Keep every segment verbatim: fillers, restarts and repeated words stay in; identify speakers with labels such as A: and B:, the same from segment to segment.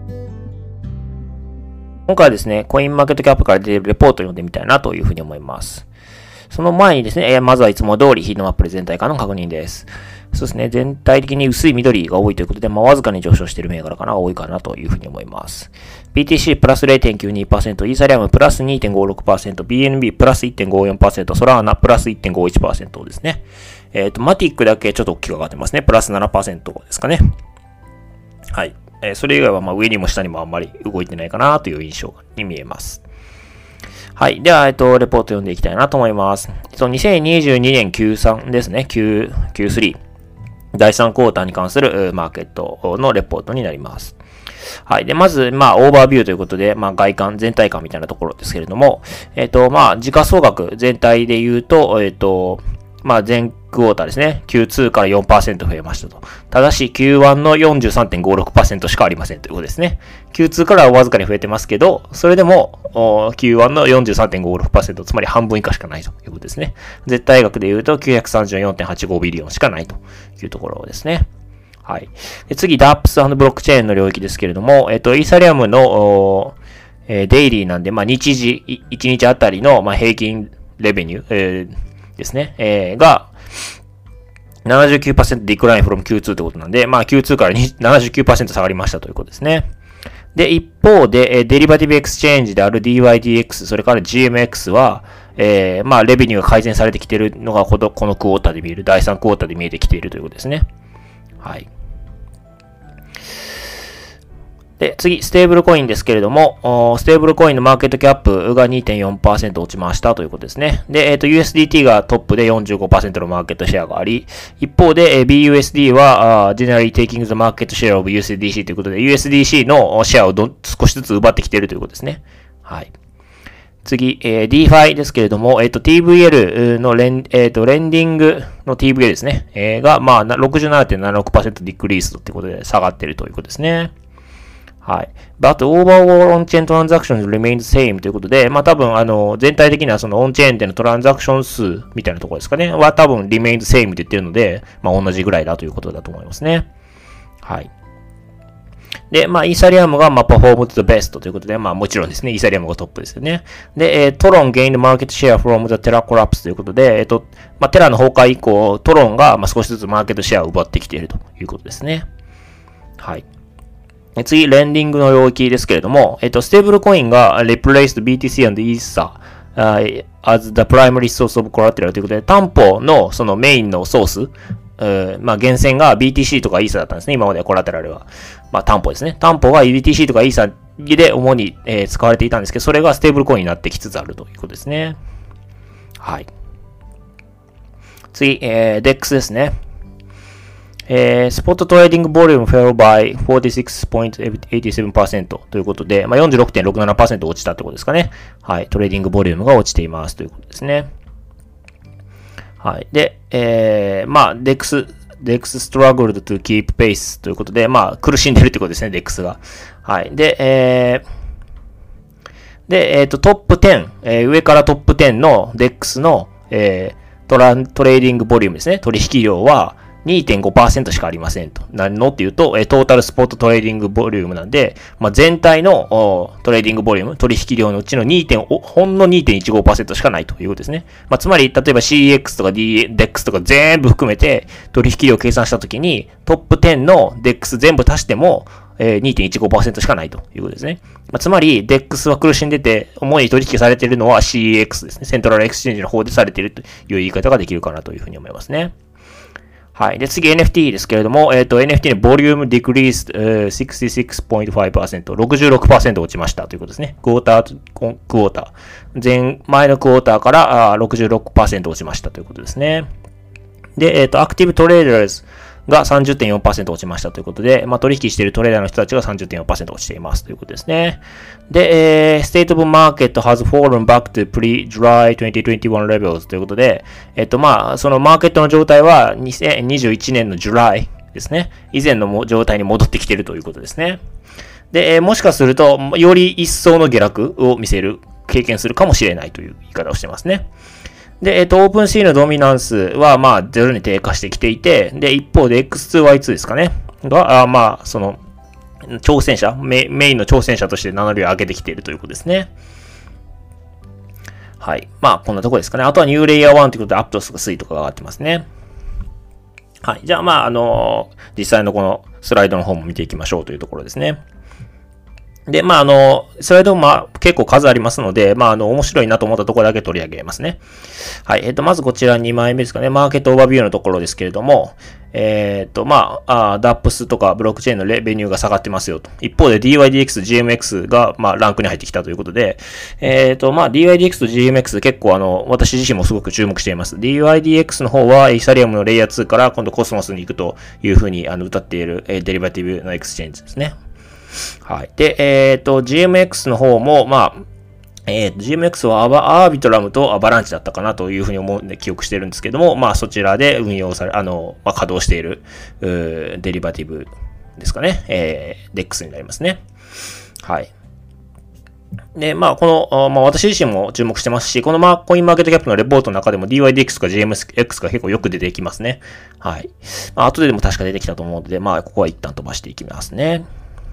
A: 今回はですね、コインマーケットキャップから出ているレポートを読んでみたいなというふうに思います。その前にですね、まずはいつも通りヒートマップで全体化の確認です。そうですね、全体的に薄い緑が多いということで、まあ、わずかに上昇している銘柄かなが多いかなというふうに思います。ビーティーシー プラス ゼロてんきゅうにパーセント、イーサリアムプラス にてんごろくパーセント、ビーエヌビー プラス いってんごよんパーセント、ソラーナプラス いってんごいちパーセント ですね。えっと、マティックだけちょっと大きく上がってますね。プラス ななパーセント ですかね。はい。えー、それ以外はまあ上にも下にもあんまり動いてないかなという印象に見えます。はい。では、えっと、レポート読んでいきたいなと思います。そう、にせんにじゅうにねん キュースリー ですね。Q、キュースリー。だいさんクォーターに関するマーケットのレポートになります。はい。で、まず、まあ、オーバービューということで、まあ、外観、全体感みたいなところですけれども、えっと、まあ、時価総額全体で言うと、えっと、まあ、全クォーターですね。キューツー から よんパーセント 増えましたと。ただし、キューワン の よんじゅうさんてんごろくパーセント しかありませんということですね。キューツー からはわずかに増えてますけど、それでも、キューワン の よんじゅうさんてんごろくパーセント、つまり半分以下しかないということですね。絶対額で言うと きゅうひゃくさんじゅうよんてんはちごビリオンしかないというところですね。はい。で次、ダップス ブロックチェーンの領域ですけれども、えっと、イーサリアムの、えー、デイリーなんで、まあ、日時、いちにちあたりの、まあ、平均レベニュー、えー、ですね、えー、が、ななじゅうきゅうパーセント ディクライン from キューツー ということなんで、まあ キューツー から ななじゅうきゅうパーセント 下がりましたということですね。で、一方で、デリバティブエクスチェンジである ディーワイディーエックス、それから ジーエムエックス は、えー、まあレベニューが改善されてきているのがこの、このクォーターで見える、だいさんクォーターで見えてきているということですね。はい。で、次、ステーブルコインですけれども、ステーブルコインのマーケットキャップが にてんよんパーセント 落ちましたということですね。で、えっと、ユーエスディーティー がトップで よんじゅうごパーセント のマーケットシェアがあり、一方で ビーユーエスディー は、Generally Taking the Market Share of ユーエスディーシー ということで、ユーエスディーシー のシェアをど少しずつ奪ってきているということですね。はい。次、えー、ディーファイ ですけれども、えっと、ティーブイエル のレン、えっと、レンディングの ティーブイエル ですね。えー、が、まあ、ろくじゅうななてんななろくパーセント ディクリースということで下がっているということですね。はい。But overall on-chain transactions remain the same ということで、まあ多分、あの、全体的にはその on-chain でのトランザクション数みたいなところですかね。は多分 remain the same って言ってるので、まあ同じぐらいだということだと思いますね。はい。で、まあ、イーサリアムが、まあ、performed the best ということで、まあ、もちろんですね、イーサリアムがトップですよね。で、えー、トロン gained market share from the Terra collapse ということで、えっと、まあ、テラの崩壊以降、トロンが、まあ、少しずつマーケットシェアを奪ってきているということですね。はい。次、レンディングの領域ですけれども、えっと、ステーブルコインが replaced ビーティーシー and Ether、uh, as the primary source of collateral ということで、担保のそのメインのソース、uh, まあ、源泉が ビーティーシー とか Ether だったんですね。今まではコラテラルは。まあ、担保ですね。担保が ビーティーシー とか Ether で主に、えー、使われていたんですけど、それがステーブルコインになってきつつあるということですね。はい。次、えー、デックス ですね。えー、スポットトレーディングボリューム fell by よんじゅうろくてんはちななパーセント ということで、まあ、よんじゅうろくてんろくななパーセント 落ちたってことですかね。はい。トレーディングボリュームが落ちていますということですね。はい。で、えー、まあ、デックス、デックス struggled to keep pace ということで、まあ、苦しんでるってことですね、デックスが。はい。で、えー、で、えっと、トップじゅう、えー、上からトップじゅうのデックスの、えー、トラン、トレーディングボリュームですね。取引量は、にてんごパーセント しかありませんと。何のっていうと、えー、トータルスポットトレーディングボリュームなんで、まあ、全体のトレーディングボリューム、取引量のうちのに. ほんの にてんいちごパーセント しかないということですね。まあ、つまり、例えば シーイーエックス とか D、デックス とか全部含めて取引量を計算したときに、トップじゅうの デックス 全部足しても、えー、にてんいちごパーセント しかないということですね。まあ、つまり、デックス は苦しんでて、主に取引されているのは シーイーエックス ですね。セントラルエクスチェンジの方でされているという言い方ができるかなというふうに思いますね。はい。で、次 エヌエフティー ですけれども、えっと、エヌエフティー のボリューム decreased、uh, ろくじゅうろくてんごパーセント、ろくじゅうろくパーセント 落ちましたということですね。クォーター、クォーター。前、前のクォーターからろくじゅうろくパーセント 落ちましたということですね。で、えっと、アクティブトレーダーズが さんじゅってんよんパーセント 落ちましたということで、まあ、取引しているトレーダーの人たちが さんじゅってんよんパーセント 落ちていますということですね。で、えー、State of Market has fallen back to pre-July にせんにじゅういち levels ということで、えっと、まあ、そのマーケットの状態はにせんにじゅういちねんの July ですね。以前の状態に戻ってきているということですね。で、えー、もしかすると、より一層の下落を見せる、経験するかもしれないという言い方をしていますね。で、えっと、オープンシーのドミナンスは、まあ、ゼロに低下してきていて、で、一方で エックスツーワイツー ですかね。が、あまあ、その、 挑戦者メ、メインの挑戦者として名乗りを上げてきているということですね。はい。まあ、こんなとこですかね。あとはニューレイヤーワンということで、アプトスがスイーとかが上がってますね。はい。じゃあ、まあ、あのー、実際のこのスライドの方も見ていきましょうというところですね。で、まあ、あの、スライドもまあ、結構数ありますので、まあ、あの、面白いなと思ったところだけ取り上げますね。はい。えっと、まずこちらにまいめですかね。マーケットオーバービューのところですけれども、えっと、まあ、ダップス とかブロックチェーンのレベニューが下がってますよと。一方で ディーワイディーエックス、ジーエムエックス が、まあ、ランクに入ってきたということで、えっと、まあ、ディーワイディーエックス と ジーエムエックス 結構あの、私自身もすごく注目しています。ディーワイディーエックス の方は、イーサリアムのレイヤーツーから今度コスモスに行くというふうに、あの、歌っている、えー、デリバティブのエクスチェンジですね。はい。で、えっと、ジーエムエックス の方も、まあ、えー、ジーエムエックス はアバ、アービトラムとアバランチだったかなというふうに思うんで記憶してるんですけども、まあそちらで運用され、あの、まあ稼働している、デリバティブですかね。えー、デックス になりますね。はい。で、まあこの、まあ私自身も注目してますし、このまあコインマーケットキャップのレポートの中でも ディーワイディーエックス か ジーエムエックス が結構よく出てきますね。はい。まあ後ででも確か出てきたと思うので、まあここは一旦飛ばしていきますね。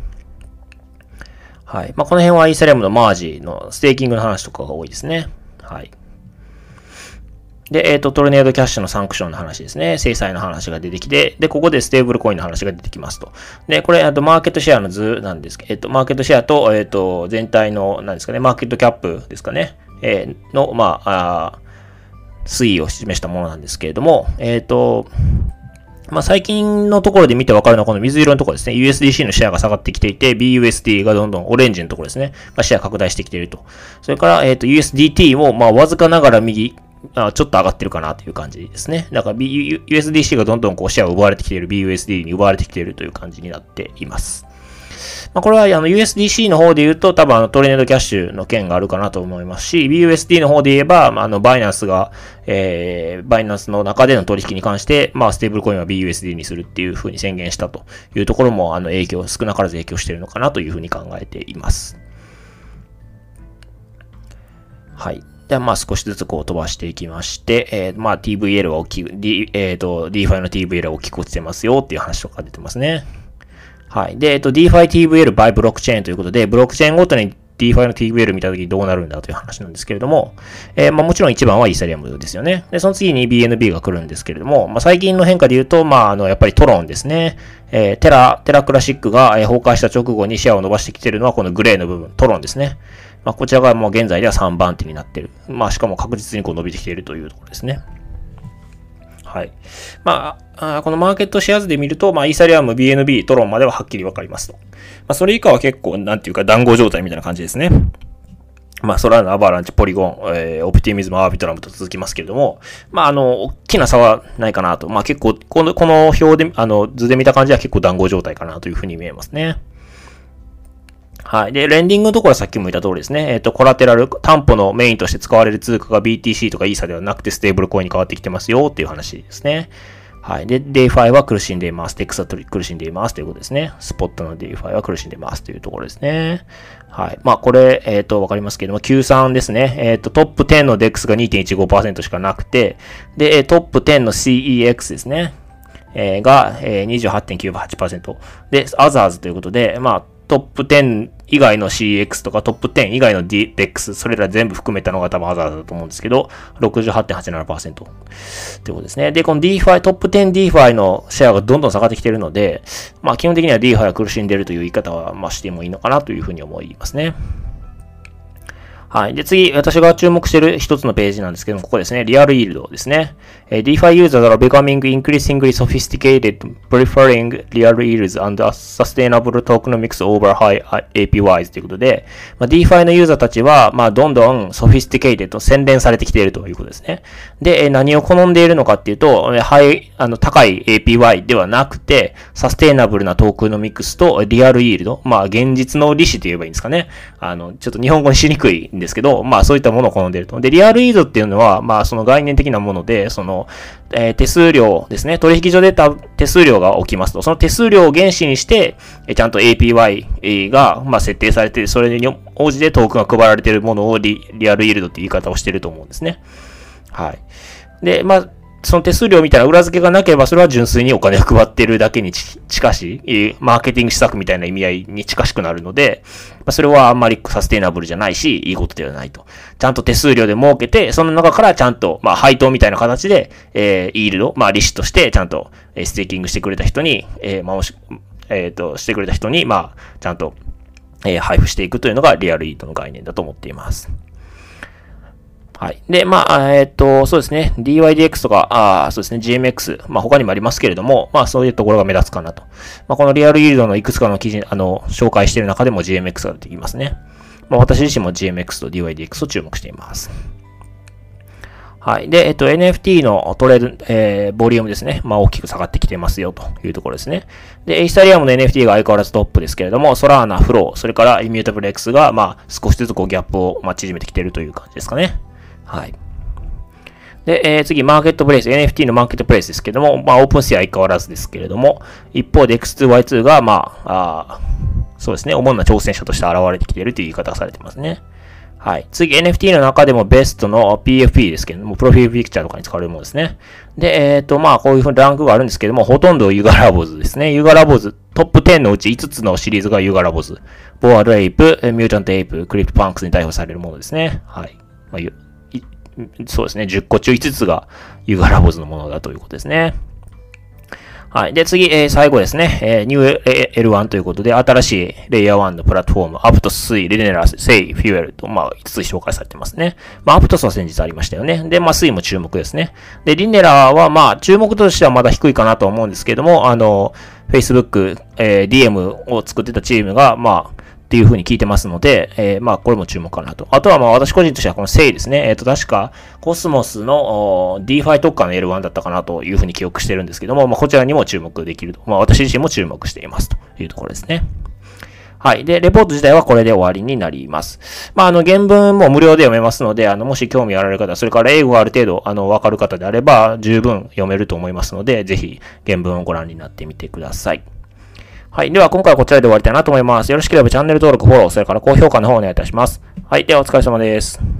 A: はい。まあ、この辺はイーサリアムのマージのステーキングの話とかが多いですね。はい。で、えっと、トルネードキャッシュのサンクションの話ですね。制裁の話が出てきて、で、ここでステーブルコインの話が出てきますと。で、これ、あと、マーケットシェアの図なんですけど、えっと、マーケットシェアと、えっと、全体の、何ですかね、マーケットキャップですかね、えー、の、まあ、あ推移を示したものなんですけれども、えっと、まあ、最近のところで見てわかるのはこの水色のところですね。ユーエスディーシー のシェアが下がってきていて、ビーユーエスディー がどんどんオレンジのところですね。がシェア拡大してきていると。それから、えっと、ユーエスディーティー も、まあ、わずかながら右、あちょっと上がってるかなという感じですね。だから、B、ユーエスディーシー がどんどんこうシェアを奪われてきている ビーユーエスディー に奪われてきているという感じになっています。まあ、これはあの ユーエスディーシー の方で言うと多分あのトレードキャッシュの件があるかなと思いますし、ビーユーエスディー の方で言えば、まあ、あのバイナンスが、えー、バイナンスの中での取引に関して、まあ、ステーブルコインは ビーユーエスディー にするっていう風に宣言したというところもあの影響、少なからず影響しているのかなという風に考えています。はい。ではまあ少しずつこう飛ばしていきまして、えー、まあ ティーブイエル は大きく、D、えっと、DeFi の ティーブイエル は大きく落ちてますよっていう話とか出てますね。はい。で、えっと、DeFi ティーブイエル by ブロックチェーンということで、ブロックチェーンごとに DeFi の ティーブイエル 見たときにどうなるんだという話なんですけれども、えー、まあもちろん一番はイーサリアムですよね。で、その次に ビーエヌビー が来るんですけれども、まあ最近の変化で言うと、まああの、やっぱりトロンですね。えー、テラ、テラクラシックが崩壊した直後にシェアを伸ばしてきているのはこのグレーの部分、トロンですね。まあこちらがもう現在ではさんばん手になっている。まあしかも確実にこう伸びてきているというところですね。はい。まあ、このマーケットシェア図で見ると、まあ、イーサリアム、ビーエヌビー、トロンまでははっきりわかりますと。まあ、それ以下は結構、なんていうか、団子状態みたいな感じですね。まあ、ソラーナ、アバランチ、ポリゴン、えー、オプティミズム、アービトラムと続きますけれども、まあ、あの、大きな差はないかなと。まあ、結構、この、この表で、あの、図で見た感じは結構団子状態かなというふうに見えますね。はい。で、レンディングのところはさっきも言った通りですね。えっと、コラテラル、担保のメインとして使われる通貨が ビーティーシー とかイーサではなくてステーブルコインに変わってきてますよっていう話ですね。はい。で、デイファイ は苦しんでいます。デックスは苦しんでいますということですね。スポットの デイファイ は苦しんでいますというところですね。はい。まあ、これ、えっと、わかりますけれども、キュースリー ですね。えっと、トップじゅうの デックス が にてんいちごパーセント しかなくて、で、トップじゅうの シーイーエックス ですね。えー、が、えー、にじゅうはちてんきゅうはちパーセント。で、アザーズということで、まあ、トップじゅう以外の シーエックス とかトップじゅう以外の ディーエックス、それら全部含めたのが多分アザーズだと思うんですけど、ろくじゅうはちてんはちななパーセント ということですね。で、この DeFi、トップじゅう DeFi のシェアがどんどん下がってきているので、まあ基本的には DeFi は苦しんでいるという言い方は、まあしてもいいのかなというふうに思いますね。はい。で、次、私が注目している一つのページなんですけども、ここですね。リアルイールドですね。DeFi users are becoming increasingly sophisticated, preferring real yields and sustainable tokenomics over high エーピーワイズ ということで、まあ、DeFi のユーザーたちは、まあ、どんどん sophisticated 洗練されてきているということですね。で、何を好んでいるのかっていうと、ハイ、あの、高い エーピーワイ ではなくて、サステイナブルなトークノミクスとリアルイールド、まあ、現実の利子と言えばいいんですかね。あの、ちょっと日本語にしにくいんですけど、まあ、そういったものを好んでいると。で、リアルイールドっていうのは、まあ、その概念的なもので、その、えー、手数料ですね。取引所でた手数料が起きますと。その手数料を原資にして、えー、ちゃんと エーピーワイ が、まあ、設定されて、それに応じてトークンが配られているものをリ、リアルイールドって言い方をしていると思うんですね。はい。で、まあ、 その手数料みたいな裏付けがなければ、それは純粋にお金を配っているだけに近しい、マーケティング施策みたいな意味合いに近しくなるので、まあ、それはあんまりサステイナブルじゃないし、いいことではないと。ちゃんと手数料で儲けて、その中からちゃんと、まあ、配当みたいな形で、えー、イールド、まあ、利子として、ちゃんと、えー、ステーキングしてくれた人に、えー、まあ、もし、えっと、してくれた人に、まあ、ちゃんと、えー、配布していくというのがリアルイートの概念だと思っています。はい。で、まあ、えっと、そうですね。ディーワイディーエックス とか、あそうですね。ジーエムエックス。まあ、他にもありますけれども、まあ、そういうところが目立つかなと。まあ、このリアルイールドのいくつかの記事、あの、紹介している中でも ジーエムエックス が出てきますね。まあ、私自身も ジーエムエックス と ディーワイディーエックス を注目しています。はい。で、えっと、エヌエフティー のトレード、えー、ボリュームですね。まあ、大きく下がってきてますよというところですね。で、イーサリアムの エヌエフティー が相変わらずトップですけれども、ソラーナ、フロー、それからイミュータブル X が、まあ、少しずつこうギャップを、まあ、縮めてきているという感じですかね。はい。で、えー、次、マーケットプレイス、エヌエフティー のマーケットプレイスですけども、まあ、オープンシェア相変わらずですけれども、一方で エックスツーワイツー が、まあ、あそうですね、主な挑戦者として現れてきているという言い方がされてますね。はい。次、エヌエフティー の中でもベストの ピーエフピー ですけれども、プロフィールピクチャーとかに使われるものですね。で、えっと、まあ、こういうふうにランクがあるんですけども、ほとんどユガラボズですね。ユガラボズ、トップじゅうのうちいつつのシリーズがユガラボズ。ボアードエイプ、ミュータントエイプ、クリプトパンクスに代表されるものですね。はい。まあそうですね。じゅっこ中いつつがユガラボズのものだということですね。はい。で、次、えー、最後ですね。えー、ニュー エルワン ということで、新しいレイヤーワンのプラットフォーム、アプトス、リネラス、セイ、フュエルと、まあ、いつつ紹介されてますね。まあ、アプトスは先日ありましたよね。で、まあ、スイも注目ですね。で、リネラは、まあ、注目としてはまだ低いかなと思うんですけども、あの、Facebook、えー、ディーエム を作ってたチームが、まあ、っていう風に聞いてますので、えー、まあ、これも注目かなと。あとは、まあ、私個人としてはこの セイ ですね。えっと、確か、コスモスの DeFi 特化の エルワン だったかなという風に記憶してるんですけども、まあ、こちらにも注目できると。まあ、私自身も注目していますというところですね。はい。で、レポート自体はこれで終わりになります。まあ、あの、原文も無料で読めますので、あの、もし興味あられる方、それから英語がある程度、あの、わかる方であれば、十分読めると思いますので、ぜひ、原文をご覧になってみてください。はい。では、今回はこちらで終わりたいなと思います。よろしければチャンネル登録、フォロー、それから高評価の方をお願いいたします。はい。では、お疲れ様です。